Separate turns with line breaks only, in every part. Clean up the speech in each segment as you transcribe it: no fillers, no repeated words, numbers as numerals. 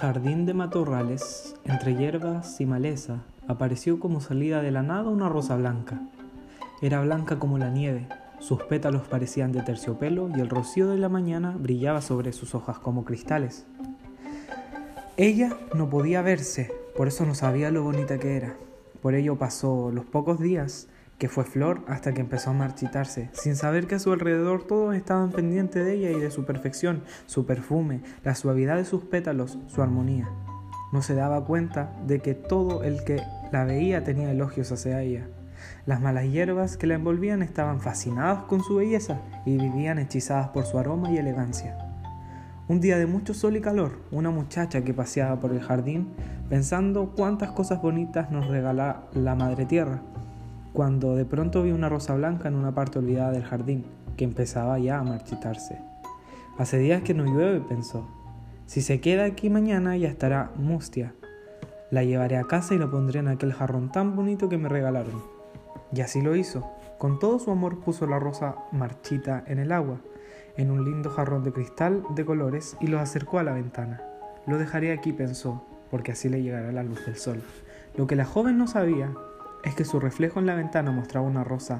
jardín de matorrales, entre hierbas y maleza, apareció como salida de la nada una rosa blanca. Era blanca como la nieve, sus pétalos parecían de terciopelo y el rocío de la mañana brillaba sobre sus hojas como cristales. Ella no podía verse, por eso no sabía lo bonita que era. Por ello pasó los pocos días que fue flor hasta que empezó a marchitarse, sin saber que a su alrededor todos estaban pendientes de ella y de su perfección, su perfume, la suavidad de sus pétalos, su armonía. No se daba cuenta de que todo el que la veía tenía elogios hacia ella. Las malas hierbas que la envolvían estaban fascinadas con su belleza y vivían hechizadas por su aroma y elegancia. Un día de mucho sol y calor, una muchacha que paseaba por el jardín, pensando cuántas cosas bonitas nos regala la Madre Tierra, cuando de pronto vio una rosa blanca en una parte olvidada del jardín, que empezaba ya a marchitarse. Hace días que no llueve, pensó. Si se queda aquí mañana ya estará mustia. La llevaré a casa y la pondré en aquel jarrón tan bonito que me regalaron. Y así lo hizo. Con todo su amor puso la rosa marchita en el agua, en un lindo jarrón de cristal de colores, y lo acercó a la ventana. Lo dejaré aquí, pensó, porque así le llegará la luz del sol. Lo que la joven no sabía es que su reflejo en la ventana mostraba una rosa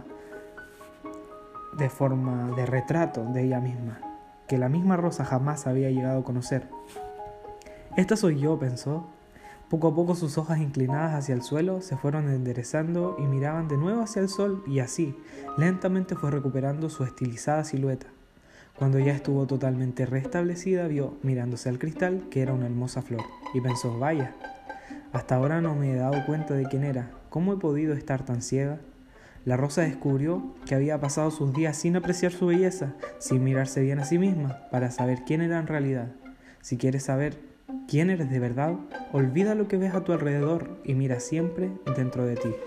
de forma de retrato de ella misma, que la misma rosa jamás había llegado a conocer. Esta soy yo, pensó. Poco a poco sus hojas inclinadas hacia el suelo se fueron enderezando y miraban de nuevo hacia el sol, y así, lentamente fue recuperando su estilizada silueta. Cuando ya estuvo totalmente restablecida, vio, mirándose al cristal, que era una hermosa flor, y pensó, vaya, hasta ahora no me he dado cuenta de quién era. ¿Cómo he podido estar tan ciega? La rosa descubrió que había pasado sus días sin apreciar su belleza, sin mirarse bien a sí misma, para saber quién era en realidad. Si quieres saber quién eres de verdad, olvida lo que ves a tu alrededor y mira siempre dentro de ti.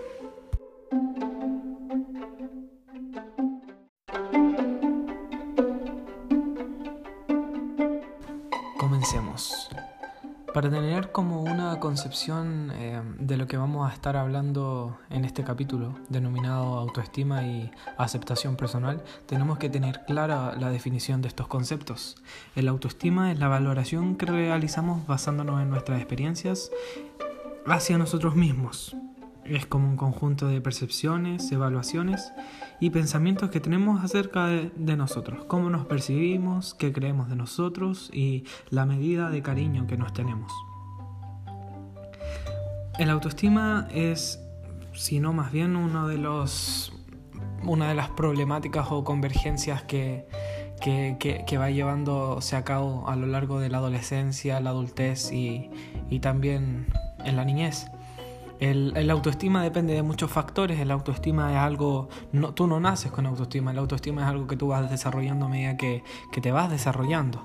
Comencemos. Para tener como una concepción de lo que vamos a estar hablando en este capítulo, denominado autoestima y aceptación personal, tenemos que tener clara la definición de estos conceptos. El autoestima es la valoración que realizamos basándonos en nuestras experiencias hacia nosotros mismos. Es como un conjunto de percepciones, evaluaciones y pensamientos que tenemos acerca de nosotros, cómo nos percibimos, qué creemos de nosotros y la medida de cariño que nos tenemos. El autoestima es, si no más bien, una de las problemáticas o convergencias que va llevándose a cabo a lo largo de la adolescencia, la adultez y también en la niñez. El autoestima depende de muchos factores. El autoestima es algo, tú no naces con autoestima. El autoestima es algo que tú vas desarrollando a medida que te vas desarrollando.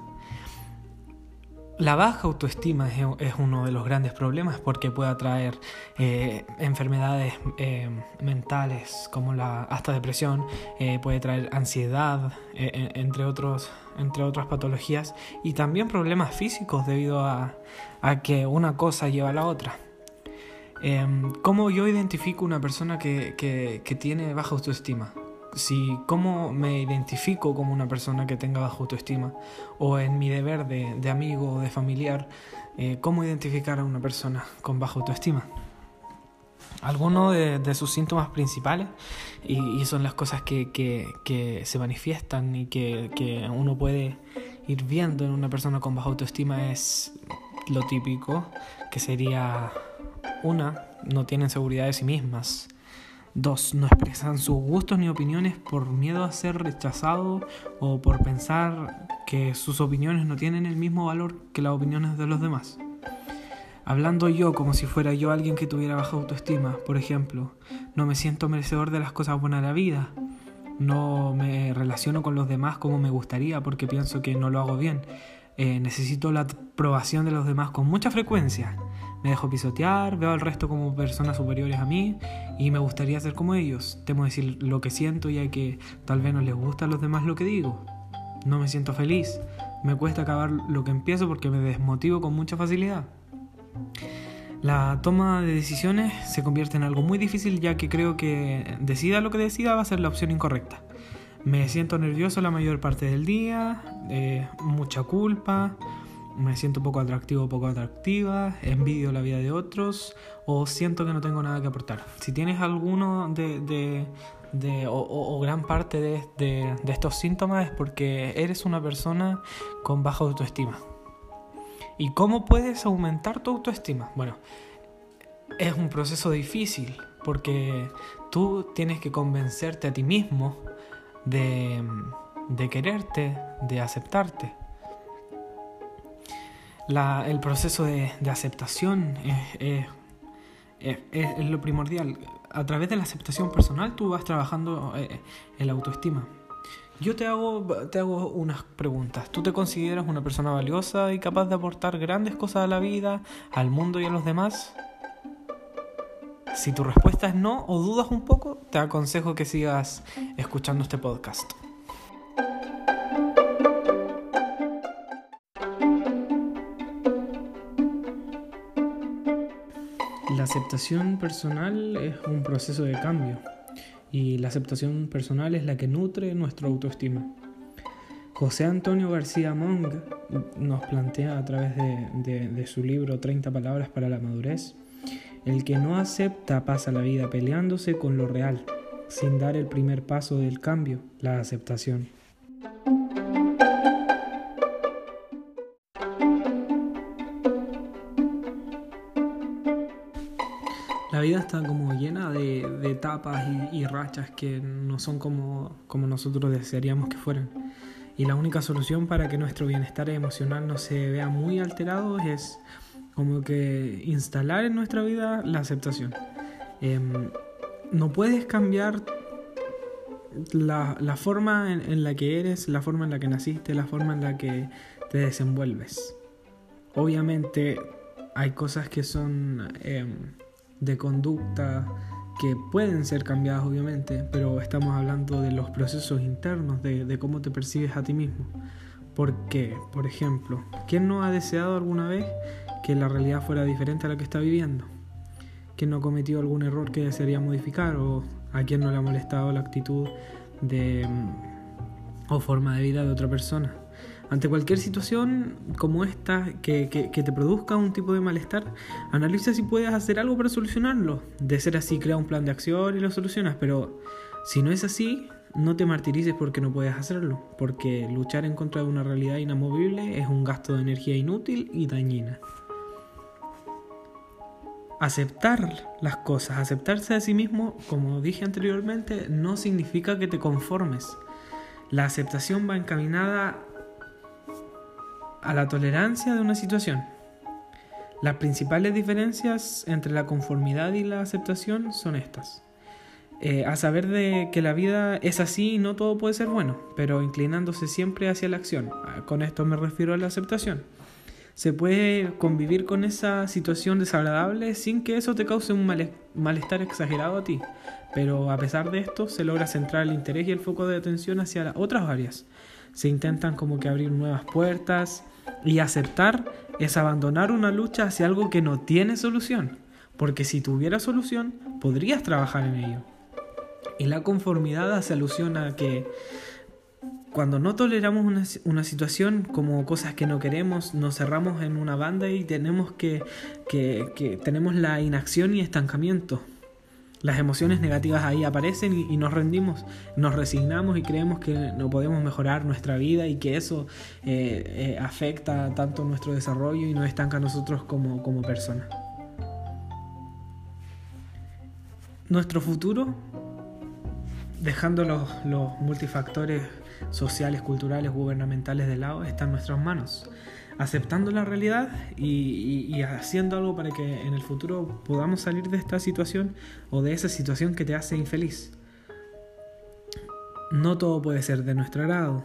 La baja autoestima es uno de los grandes problemas porque puede atraer enfermedades mentales como hasta depresión, puede traer ansiedad, entre otras patologías, y también problemas físicos debido a que una cosa lleva a la otra. ¿Cómo yo identifico una persona que tiene baja autoestima? ¿Cómo me identifico como una persona que tenga baja autoestima? O en mi deber de amigo o de familiar, ¿cómo identificar a una persona con baja autoestima? Algunos de sus síntomas principales, y son las cosas que se manifiestan y que uno puede ir viendo en una persona con baja autoestima, es lo típico, que sería: 1. No tienen seguridad de sí mismas. 2. No expresan sus gustos ni opiniones por miedo a ser rechazado o por pensar que sus opiniones no tienen el mismo valor que las opiniones de los demás. Hablando yo como si fuera yo alguien que tuviera baja autoestima, por ejemplo, no me siento merecedor de las cosas buenas de la vida. No me relaciono con los demás como me gustaría porque pienso que no lo hago bien. Necesito la aprobación de los demás con mucha frecuencia. Me dejo pisotear, veo al resto como personas superiores a mí y me gustaría ser como ellos. Temo decir lo que siento ya que tal vez no les gusta a los demás lo que digo. No me siento feliz. Me cuesta acabar lo que empiezo porque me desmotivo con mucha facilidad. La toma de decisiones se convierte en algo muy difícil ya que creo que decida lo que decida va a ser la opción incorrecta. Me siento nervioso la mayor parte del día, mucha culpa, me siento poco atractivo o poco atractiva, envidio la vida de otros o siento que no tengo nada que aportar. Si tienes alguno o gran parte de estos síntomas es porque eres una persona con baja autoestima. ¿Y cómo puedes aumentar tu autoestima? Bueno, es un proceso difícil porque tú tienes que convencerte a ti mismo de quererte, de aceptarte. El proceso de aceptación es lo primordial. A través de la aceptación personal tú vas trabajando en la autoestima. Yo te hago unas preguntas. ¿Tú te consideras una persona valiosa y capaz de aportar grandes cosas a la vida, al mundo y a los demás? Si tu respuesta es no o dudas un poco, te aconsejo que sigas escuchando este podcast. La aceptación personal es un proceso de cambio y la aceptación personal es la que nutre nuestra autoestima. José Antonio García Monge nos plantea a través de su libro 30 palabras para la madurez: el que no acepta pasa la vida peleándose con lo real, sin dar el primer paso del cambio, la aceptación. La vida está como llena de etapas y rachas que no son como nosotros desearíamos que fueran. Y la única solución para que nuestro bienestar emocional no se vea muy alterado es como que instalar en nuestra vida la aceptación. No puedes cambiar la forma en la que eres, la forma en la que naciste, la forma en la que te desenvuelves. Obviamente hay cosas que son de conducta que pueden ser cambiadas, obviamente, pero estamos hablando de los procesos internos, de cómo te percibes a ti mismo. Porque, por ejemplo, ¿quién no ha deseado alguna vez que la realidad fuera diferente a la que está viviendo? ¿Quién no ha cometido algún error que desearía modificar? ¿O a quién no le ha molestado la actitud o forma de vida de otra persona? Ante cualquier situación como esta que te produzca un tipo de malestar, analiza si puedes hacer algo para solucionarlo. De ser así, crea un plan de acción y lo solucionas. Pero si no es así, no te martirices porque no puedes hacerlo, porque luchar en contra de una realidad inamovible es un gasto de energía inútil y dañina. Aceptar las cosas, aceptarse a sí mismo, como dije anteriormente, no significa que te conformes. La aceptación va encaminada a la tolerancia de una situación. Las principales diferencias entre la conformidad y la aceptación son estas. A saber de que la vida es así y no todo puede ser bueno, pero inclinándose siempre hacia la acción. Con esto me refiero a la aceptación. Se puede convivir con esa situación desagradable sin que eso te cause un malestar exagerado a ti, pero a pesar de esto se logra centrar el interés y el foco de atención hacia otras áreas. Se intentan como que abrir nuevas puertas, y aceptar es abandonar una lucha hacia algo que no tiene solución, porque si tuviera solución podrías trabajar en ello. Y la conformidad hace alusión a que cuando no toleramos una situación como cosas que no queremos, nos cerramos en una banda y tenemos tenemos la inacción y estancamiento. Las emociones negativas ahí aparecen y nos rendimos, nos resignamos y creemos que no podemos mejorar nuestra vida y que eso afecta tanto nuestro desarrollo y nos estanca a nosotros como personas. Nuestro futuro, dejando los multifactores sociales, culturales, gubernamentales de lado, está en nuestras manos. Aceptando la realidad y haciendo algo para que en el futuro podamos salir de esta situación o de esa situación que te hace infeliz. No todo puede ser de nuestro agrado,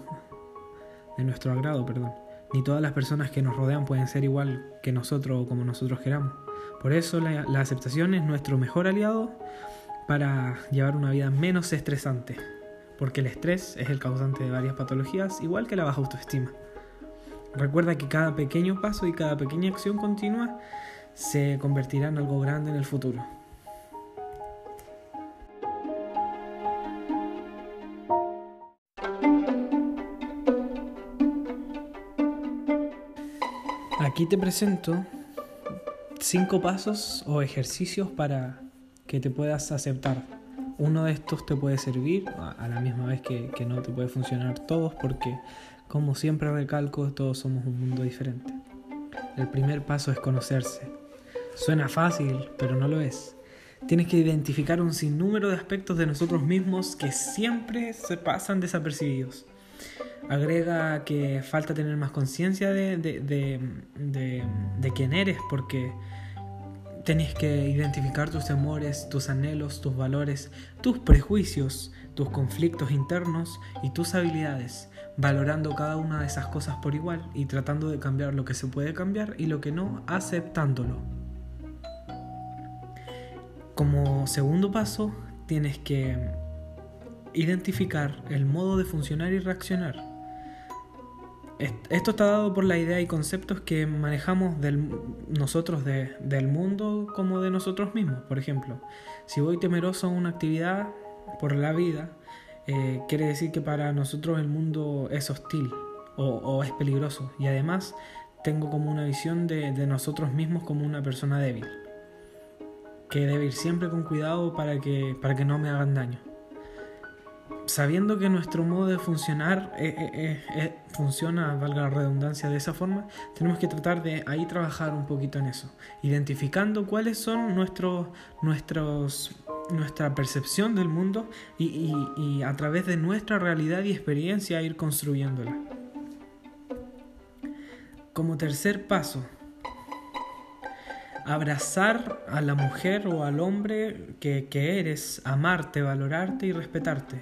ni todas las personas que nos rodean pueden ser igual que nosotros o como nosotros queramos. Por eso la aceptación es nuestro mejor aliado para llevar una vida menos estresante, porque el estrés es el causante de varias patologías, igual que la baja autoestima. Recuerda que cada pequeño paso y cada pequeña acción continua se convertirá en algo grande en el futuro. Aquí te presento 5 pasos o ejercicios para que te puedas aceptar. Uno de estos te puede servir, a la misma vez que no te puede funcionar todos, porque como siempre recalco, todos somos un mundo diferente. El primer paso es conocerse. Suena fácil, pero no lo es. Tienes que identificar un sinnúmero de aspectos de nosotros mismos que siempre se pasan desapercibidos. Agrega que falta tener más conciencia de quién eres, porque tienes que identificar tus temores, tus anhelos, tus valores, tus prejuicios, tus conflictos internos y tus habilidades, valorando cada una de esas cosas por igual y tratando de cambiar lo que se puede cambiar y lo que no, aceptándolo. Como segundo paso, tienes que identificar el modo de funcionar y reaccionar. Esto está dado por la idea y conceptos que manejamos nosotros del mundo como de nosotros mismos. Por ejemplo, si voy temeroso a una actividad por la vida, quiere decir que para nosotros el mundo es hostil o es peligroso. Y además tengo como una visión de nosotros mismos como una persona débil, que debe ir siempre con cuidado para que no me hagan daño. Sabiendo que nuestro modo de funcionar funciona, valga la redundancia, de esa forma, tenemos que tratar de ahí trabajar un poquito en eso, identificando cuáles son nuestra percepción del mundo y a través de nuestra realidad y experiencia ir construyéndola. Como tercer paso, abrazar a la mujer o al hombre que eres, amarte, valorarte y respetarte.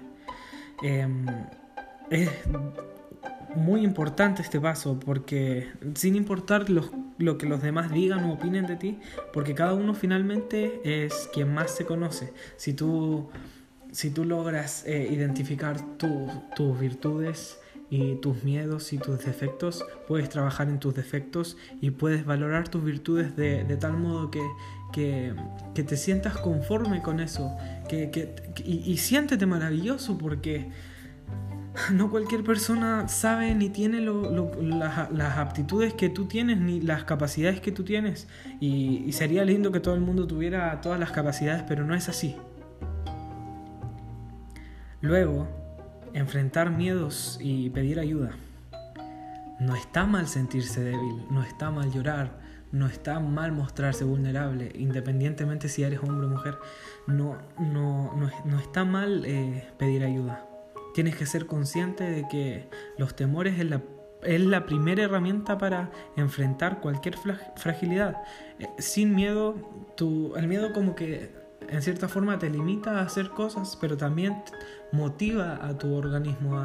Es muy importante este paso, porque sin importar lo que los demás digan o opinen de ti, porque cada uno finalmente es quien más se conoce. Si tú logras identificar tus virtudes y tus miedos y tus defectos, puedes trabajar en tus defectos y puedes valorar tus virtudes de tal modo que te sientas conforme con eso, y siéntete maravilloso, porque no cualquier persona sabe ni tiene las aptitudes que tú tienes ni las capacidades que tú tienes, y sería lindo que todo el mundo tuviera todas las capacidades, pero no es así. Luego, enfrentar miedos y pedir ayuda. No está mal sentirse débil, no está mal llorar, no está mal mostrarse vulnerable, independientemente si eres hombre o mujer. No está mal pedir ayuda. Tienes que ser consciente de que los temores es la primera herramienta para enfrentar cualquier fragilidad. Sin miedo, el miedo como que en cierta forma te limita a hacer cosas, pero también motiva a tu organismo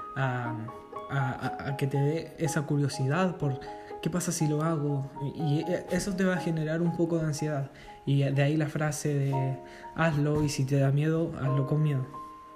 a que te dé esa curiosidad por qué pasa si lo hago, y eso te va a generar un poco de ansiedad, y de ahí la frase de hazlo, y si te da miedo, hazlo con miedo.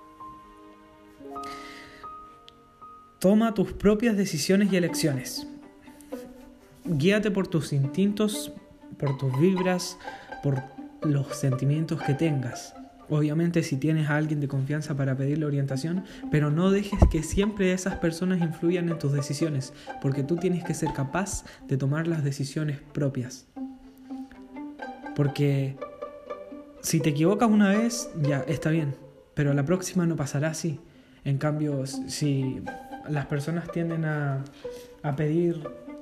Toma tus propias decisiones y elecciones. Guíate por tus instintos, por tus vibras, por los sentimientos que tengas. Obviamente si tienes a alguien de confianza para pedirle orientación, pero no dejes que siempre esas personas influyan en tus decisiones, porque tú tienes que ser capaz de tomar las decisiones propias. Porque si te equivocas una vez, ya está bien, pero la próxima no pasará así. En cambio, si las personas tienden a pedir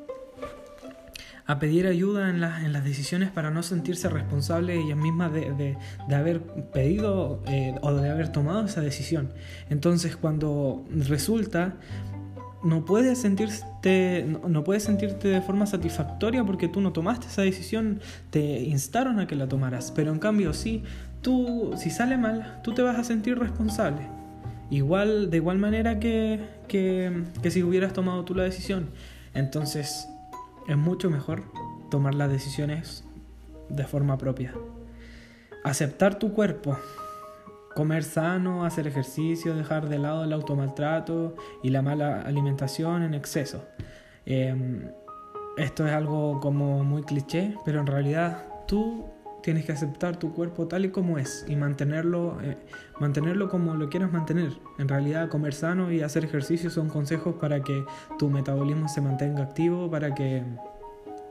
ayuda en las decisiones para no sentirse responsables ellas mismas de haber pedido o de haber tomado esa decisión. Entonces, cuando resulta, no puedes sentirte de forma satisfactoria porque tú no tomaste esa decisión, te instaron a que la tomaras. Pero en cambio, si sale mal, tú te vas a sentir responsable. De igual manera que si hubieras tomado tú la decisión. Entonces, es mucho mejor tomar las decisiones de forma propia. Aceptar tu cuerpo. Comer sano, hacer ejercicio, dejar de lado el automaltrato y la mala alimentación en exceso. Esto es algo como muy cliché, pero en realidad tú tienes que aceptar tu cuerpo tal y como es y mantenerlo como lo quieras mantener. En realidad, comer sano y hacer ejercicio son consejos para que tu metabolismo se mantenga activo, para que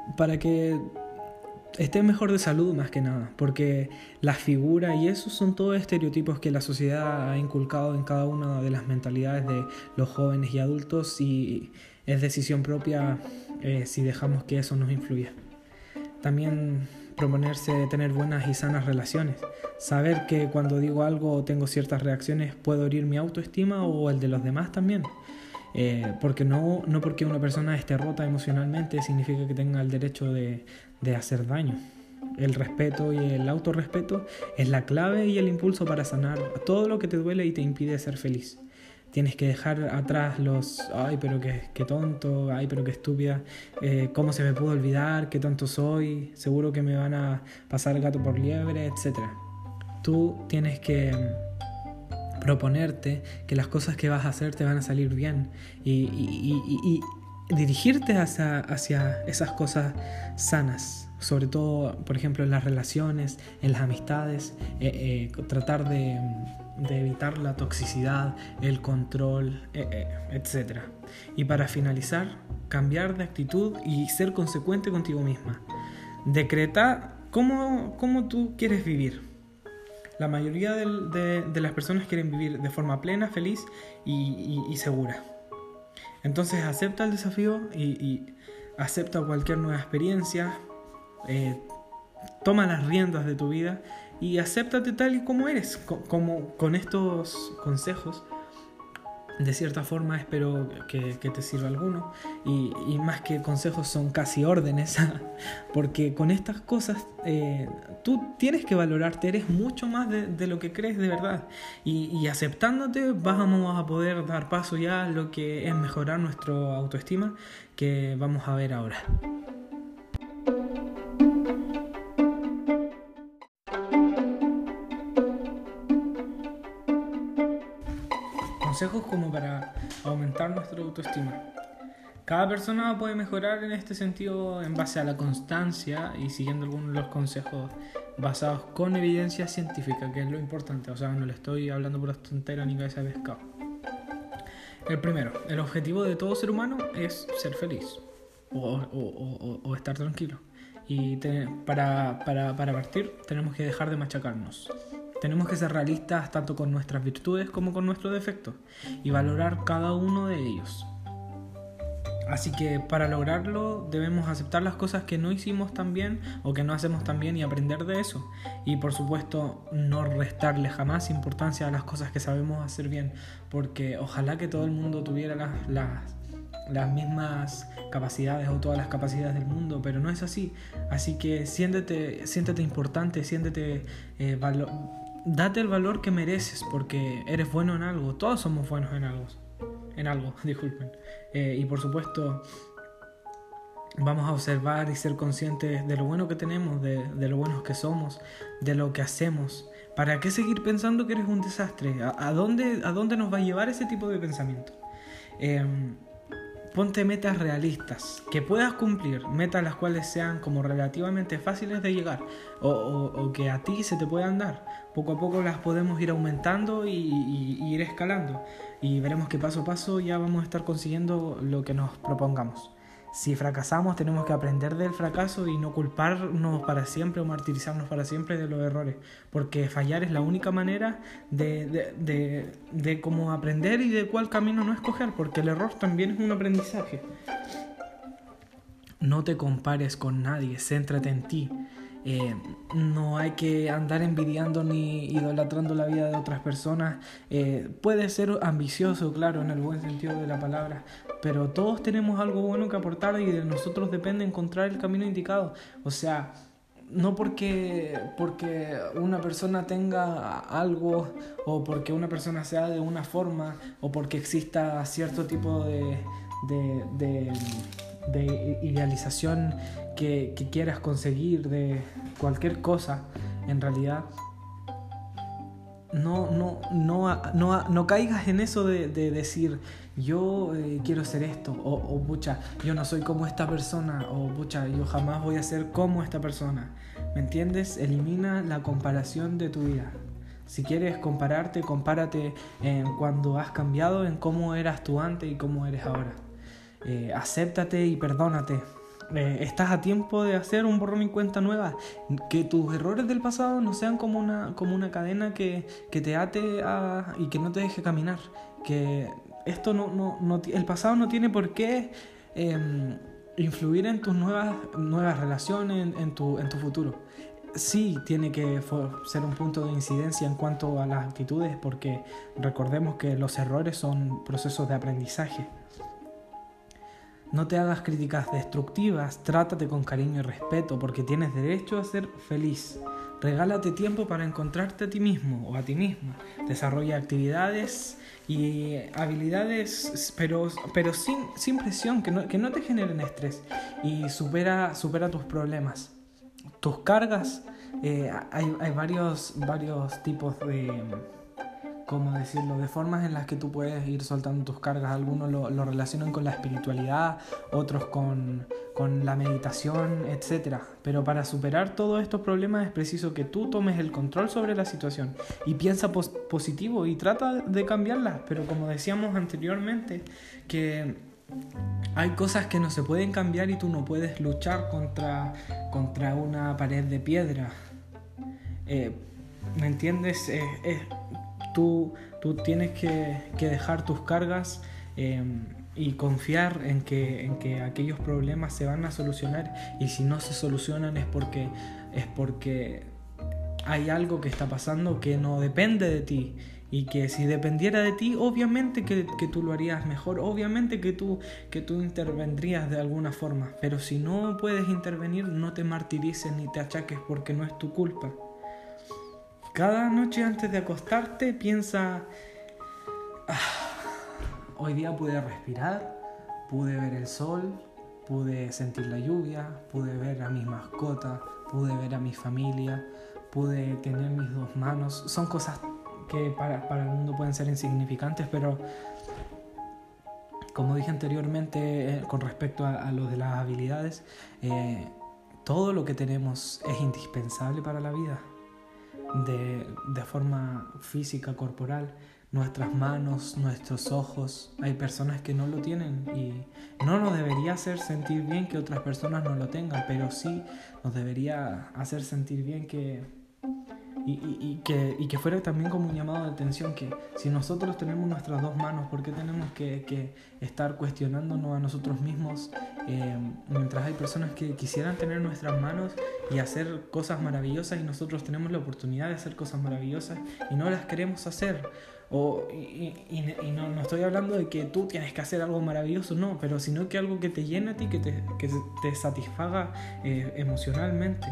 para que estés mejor de salud más que nada, porque la figura y eso son todos estereotipos que la sociedad ha inculcado en cada una de las mentalidades de los jóvenes y adultos, y es decisión propia si dejamos que eso nos influya. También proponerse tener buenas y sanas relaciones, saber que cuando digo algo o tengo ciertas reacciones puedo herir mi autoestima o el de los demás también. Porque no porque una persona esté rota emocionalmente significa que tenga el derecho de hacer daño. El respeto y el autorrespeto es la clave y el impulso para sanar todo lo que te duele y te impide ser feliz. Tienes que dejar atrás los ay pero qué tonto, ay pero qué estúpida, cómo se me pudo olvidar, qué tonto soy, seguro que me van a pasar el gato por liebre, etc. Tú tienes que proponerte que las cosas que vas a hacer te van a salir bien y dirigirte hacia esas cosas sanas, sobre todo, por ejemplo, en las relaciones, en las amistades, tratar de evitar la toxicidad, el control, etc. Y para finalizar, cambiar de actitud y ser consecuente contigo misma. Decreta cómo tú quieres vivir. La mayoría de las personas quieren vivir de forma plena, feliz y segura. Entonces acepta el desafío y acepta cualquier nueva experiencia, toma las riendas de tu vida y acéptate tal y como eres. Con estos consejos, de cierta forma espero que te sirva alguno, y más que consejos son casi órdenes porque con estas cosas tú tienes que valorarte, eres mucho más de lo que crees de verdad, y aceptándote vamos a poder dar paso ya a lo que es mejorar nuestra autoestima, que vamos a ver ahora. Consejos como para aumentar nuestra autoestima. Cada persona puede mejorar en este sentido en base a la constancia y siguiendo algunos de los consejos basados con evidencia científica, que es lo importante. O sea, no le estoy hablando por tonteras ni cabeza de pescado. El primero, el objetivo de todo ser humano es ser feliz o estar tranquilo. Y para partir tenemos que dejar de machacarnos. Tenemos que ser realistas tanto con nuestras virtudes como con nuestros defectos y valorar cada uno de ellos. Así que para lograrlo debemos aceptar las cosas que no hicimos tan bien o que no hacemos tan bien y aprender de eso. Y por supuesto no restarle jamás importancia a las cosas que sabemos hacer bien, porque ojalá que todo el mundo tuviera las mismas capacidades o todas las capacidades del mundo, pero no es así. Así que siéntete importante, date el valor que mereces, porque eres bueno en algo. Todos somos buenos en algo, disculpen. Y por supuesto vamos a observar y ser conscientes de lo bueno que tenemos, de lo buenos que somos, de lo que hacemos. ¿Para qué seguir pensando que eres un desastre? ¿A dónde nos va a llevar ese tipo de pensamiento? Ponte metas realistas que puedas cumplir, metas las cuales sean como relativamente fáciles de llegar o que a ti se te puedan dar. Poco a poco las podemos ir aumentando y ir escalando, y veremos que paso a paso ya vamos a estar consiguiendo lo que nos propongamos. Si fracasamos tenemos que aprender del fracaso y no culparnos para siempre o martirizarnos para siempre de los errores, porque fallar es la única manera de cómo aprender y de cuál camino no escoger, porque el error también es un aprendizaje. No te compares con nadie, céntrate en ti. No hay que andar envidiando ni idolatrando la vida de otras personas. Puede ser ambicioso, claro, en el buen sentido de la palabra, pero todos tenemos algo bueno que aportar y de nosotros depende encontrar el camino indicado. O sea, no porque una persona tenga algo o porque una persona sea de una forma o porque exista cierto tipo de idealización que quieras conseguir de cualquier cosa, en realidad no caigas en eso de decir yo quiero ser esto o pucha, yo no soy como esta persona, o pucha, yo jamás voy a ser como esta persona. ¿Me entiendes? Elimina la comparación de tu vida. Si quieres compararte, compárate en cuando has cambiado, en cómo eras tú antes y cómo eres ahora. Acéptate y perdónate. estás a tiempo de hacer un borrón y cuenta nueva. Que tus errores del pasado no sean como una cadena que te ate y que no te deje caminar. Que esto el pasado no tiene por qué influir en tus nuevas relaciones, en tu futuro. Sí tiene que ser un punto de incidencia en cuanto a las actitudes, porque recordemos que los errores son procesos de aprendizaje. No te hagas críticas destructivas, trátate con cariño y respeto, porque tienes derecho a ser feliz. Regálate tiempo para encontrarte a ti mismo o a ti misma. Desarrolla actividades y habilidades, pero sin presión, que no te generen estrés. Y supera tus problemas. Tus cargas, hay varios tipos de, ¿cómo decirlo?, de formas en las que tú puedes ir soltando tus cargas. Algunos lo relacionan con la espiritualidad, otros con la meditación, etc. Pero para superar todos estos problemas es preciso que tú tomes el control sobre la situación y piensa positivo y trata de cambiarlas. Pero como decíamos anteriormente, que hay cosas que no se pueden cambiar y tú no puedes luchar contra una pared de piedra. ¿Me entiendes? Tú tienes que dejar tus cargas y confiar en que aquellos problemas se van a solucionar, y si no se solucionan es porque hay algo que está pasando que no depende de ti, y que si dependiera de ti, obviamente que tú lo harías mejor, obviamente que tú intervendrías de alguna forma. Pero si no puedes intervenir, no te martirices ni te achaques, porque no es tu culpa. Cada noche antes de acostarte piensa: hoy día pude respirar, pude ver el sol, pude sentir la lluvia, pude ver a mis mascotas, pude ver a mi familia, pude tener mis 2 manos. Son cosas que para el mundo pueden ser insignificantes, pero como dije anteriormente, con respecto a lo de las habilidades, todo lo que tenemos es indispensable para la vida, de forma física, corporal. Nuestras manos, nuestros ojos, hay personas que no lo tienen, y no nos debería hacer sentir bien que otras personas no lo tengan, pero sí nos debería hacer sentir bien y que fuera también como un llamado de atención, que si nosotros tenemos nuestras 2 manos, ¿por qué tenemos que estar cuestionándonos a nosotros mismos mientras hay personas que quisieran tener nuestras manos y hacer cosas maravillosas, y nosotros tenemos la oportunidad de hacer cosas maravillosas y no las queremos hacer? No estoy hablando de que tú tienes que hacer algo maravilloso, no, pero sino que algo que te llene a ti, que te satisfaga emocionalmente.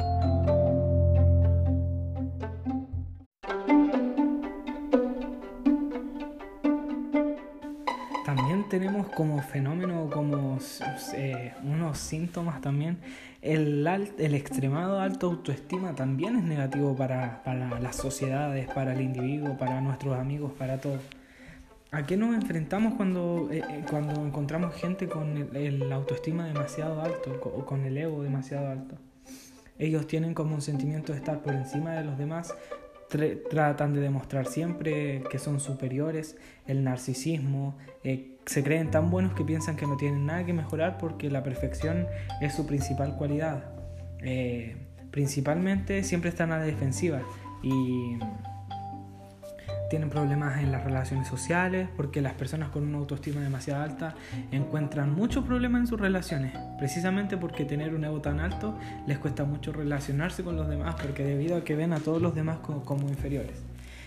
También tenemos como fenómeno, como unos síntomas también, el extremado alta autoestima también es negativo para las sociedades, para el individuo, para nuestros amigos, para todo. ¿A qué nos enfrentamos cuando encontramos gente con el autoestima demasiado alto o con el ego demasiado alto? Ellos tienen como un sentimiento de estar por encima de los demás, tratan de demostrar siempre que son superiores, el narcisismo, se creen tan buenos que piensan que no tienen nada que mejorar porque la perfección es su principal cualidad. Principalmente siempre están a la defensiva y tienen problemas en las relaciones sociales, porque las personas con una autoestima demasiado alta encuentran muchos problemas en sus relaciones, precisamente porque tener un ego tan alto les cuesta mucho relacionarse con los demás, porque debido a que ven a todos los demás como inferiores.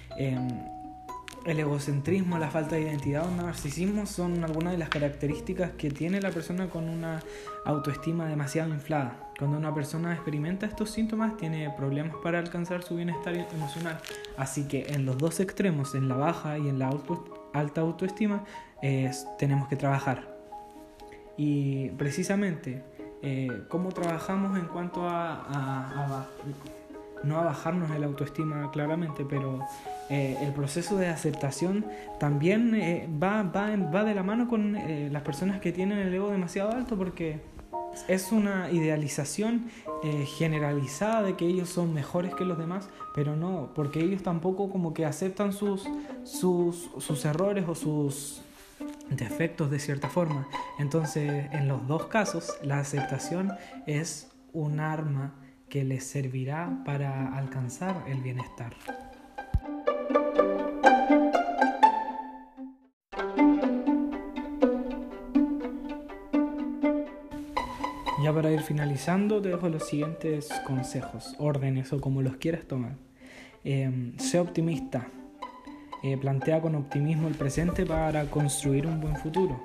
El egocentrismo, la falta de identidad o narcisismo son algunas de las características que tiene la persona con una autoestima demasiado inflada. Cuando una persona experimenta estos síntomas, tiene problemas para alcanzar su bienestar emocional. Así que en los 2 extremos, en la baja y en la alta autoestima, tenemos que trabajar. Y precisamente, ¿cómo trabajamos en cuanto no a bajarnos el autoestima claramente, pero el proceso de aceptación también va de la mano con las personas que tienen el ego demasiado alto, porque es una idealización generalizada de que ellos son mejores que los demás, pero no, porque ellos tampoco como que aceptan sus errores o defectos de cierta forma. Entonces, en los dos casos, la aceptación es un arma que les servirá para alcanzar el bienestar. Ya para ir finalizando, te dejo los siguientes consejos, órdenes o como los quieras tomar. Sé optimista. Plantea con optimismo el presente para construir un buen futuro.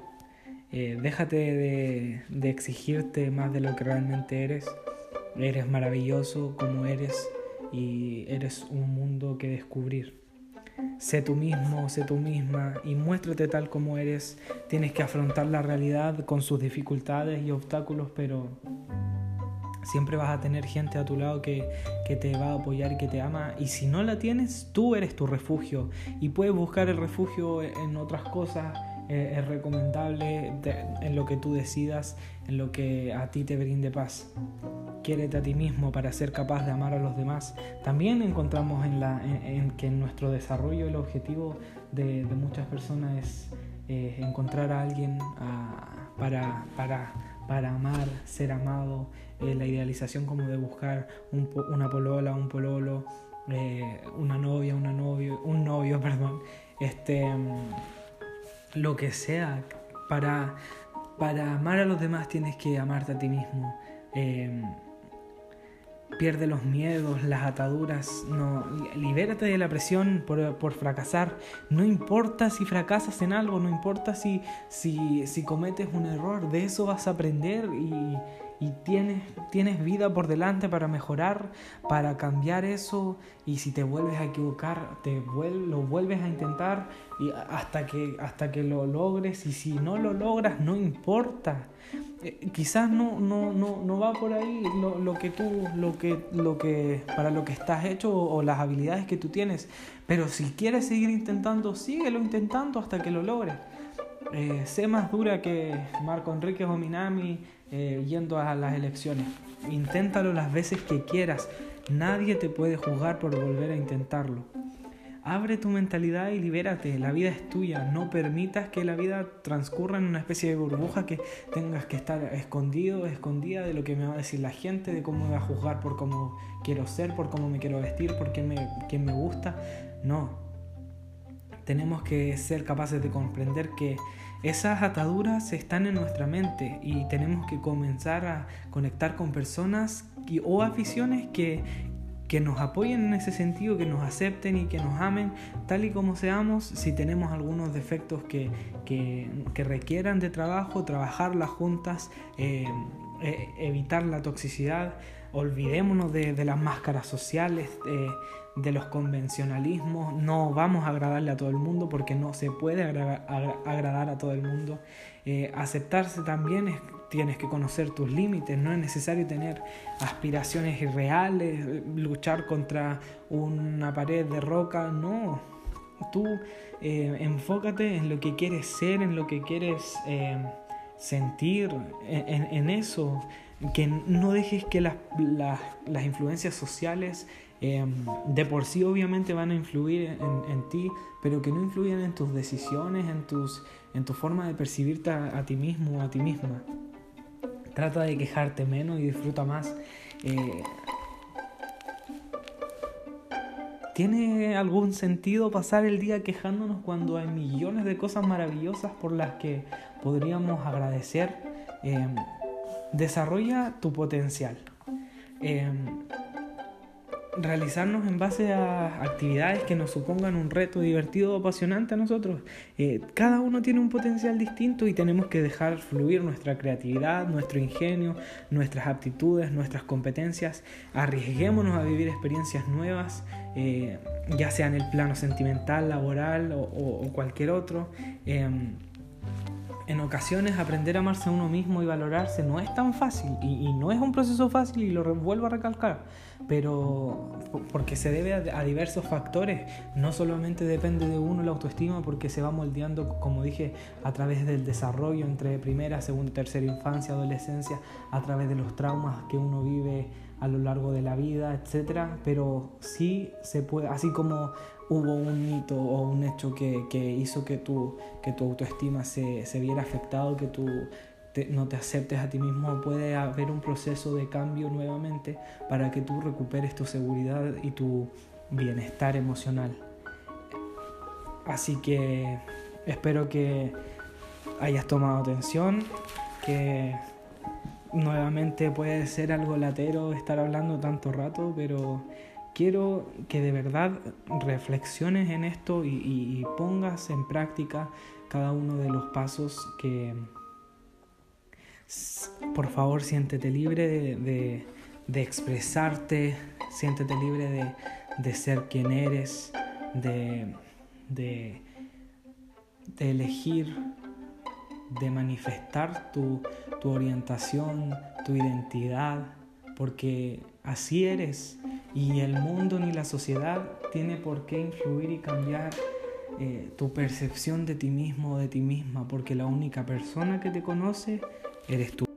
Déjate de exigirte más de lo que realmente eres. Eres maravilloso como eres y eres un mundo que descubrir. Sé tú mismo, sé tú misma y muéstrate tal como eres. Tienes que afrontar la realidad con sus dificultades y obstáculos, pero siempre vas a tener gente a tu lado que te va a apoyar y que te ama. Y si no la tienes, tú eres tu refugio. Y puedes buscar el refugio en otras cosas. Es recomendable en lo que tú decidas, en lo que a ti te brinde paz. Quiérete a ti mismo para ser capaz de amar a los demás. También encontramos en que en nuestro desarrollo el objetivo de muchas personas es encontrar a alguien para amar, ser amado. La idealización como de buscar una polola, un pololo, una novia, un novio, lo que sea. Para amar a los demás tienes que amarte a ti mismo. Pierde los miedos, las ataduras, libérate de la presión por fracasar. No importa si fracasas en algo, no importa si cometes un error, de eso vas a aprender y tienes vida por delante para mejorar, para cambiar eso. Y si te vuelves a equivocar, lo vuelves a intentar y hasta que lo logres. Y si no lo logras, no importa. Quizás no va por ahí lo que para lo que estás hecho o las habilidades que tú tienes, pero si quieres seguir intentando, síguelo intentando hasta que lo logres. Sé más dura que Marco Enríquez o Minami yendo a las elecciones. Inténtalo las veces que quieras. Nadie te puede juzgar por volver a intentarlo. Abre tu mentalidad y libérate. La vida es tuya. No permitas que la vida transcurra en una especie de burbuja que tengas que estar escondida de lo que me va a decir la gente, de cómo me va a juzgar por cómo quiero ser, por cómo me quiero vestir, por quién me gusta. No. Tenemos que ser capaces de comprender que esas ataduras están en nuestra mente y tenemos que comenzar a conectar con personas o aficiones que nos apoyen en ese sentido, que nos acepten y que nos amen tal y como seamos. Si tenemos algunos defectos que requieran de trabajo, trabajarlas juntas, evitar la toxicidad. Olvidémonos de las máscaras sociales, de los convencionalismos. No vamos a agradarle a todo el mundo porque no se puede agradar a todo el mundo. Aceptarse también tienes que conocer tus límites. No es necesario tener aspiraciones irreales, luchar contra una pared de roca. No, tú enfócate en lo que quieres ser, en lo que quieres sentir, en eso. Que no dejes que las influencias sociales de por sí obviamente van a influir en ti, pero que no influyan en tus decisiones, en tu forma de percibirte a ti mismo o a ti misma. Trata de quejarte menos y disfruta más. ¿Tiene algún sentido pasar el día quejándonos cuando hay millones de cosas maravillosas por las que podríamos agradecer? Desarrolla tu potencial. Realizarnos en base a actividades que nos supongan un reto divertido o apasionante a nosotros. Cada uno tiene un potencial distinto y tenemos que dejar fluir nuestra creatividad, nuestro ingenio, nuestras aptitudes, nuestras competencias. Arriesguémonos a vivir experiencias nuevas, ya sea en el plano sentimental, laboral o cualquier otro. En ocasiones aprender a amarse a uno mismo y valorarse no es tan fácil y no es un proceso fácil, y lo vuelvo a recalcar, pero porque se debe a diversos factores. No solamente depende de uno la autoestima, porque se va moldeando, como dije, a través del desarrollo entre primera, segunda y tercera infancia, adolescencia, a través de los traumas que uno vive a lo largo de la vida, etcétera, pero sí se puede, así como hubo un hito o un hecho que hizo que tu autoestima se viera afectado, que tú no te aceptes a ti mismo, puede haber un proceso de cambio nuevamente para que tú recuperes tu seguridad y tu bienestar emocional. Así que espero que hayas tomado atención, que nuevamente puede ser algo latero estar hablando tanto rato, pero quiero que de verdad reflexiones en esto y pongas en práctica cada uno de los pasos que... Por favor, siéntete libre de expresarte, siéntete libre de ser quien eres, de elegir, de manifestar tu orientación, tu identidad, porque así eres, y el mundo ni la sociedad tiene por qué influir y cambiar tu percepción de ti mismo o de ti misma, porque la única persona que te conoce eres tú.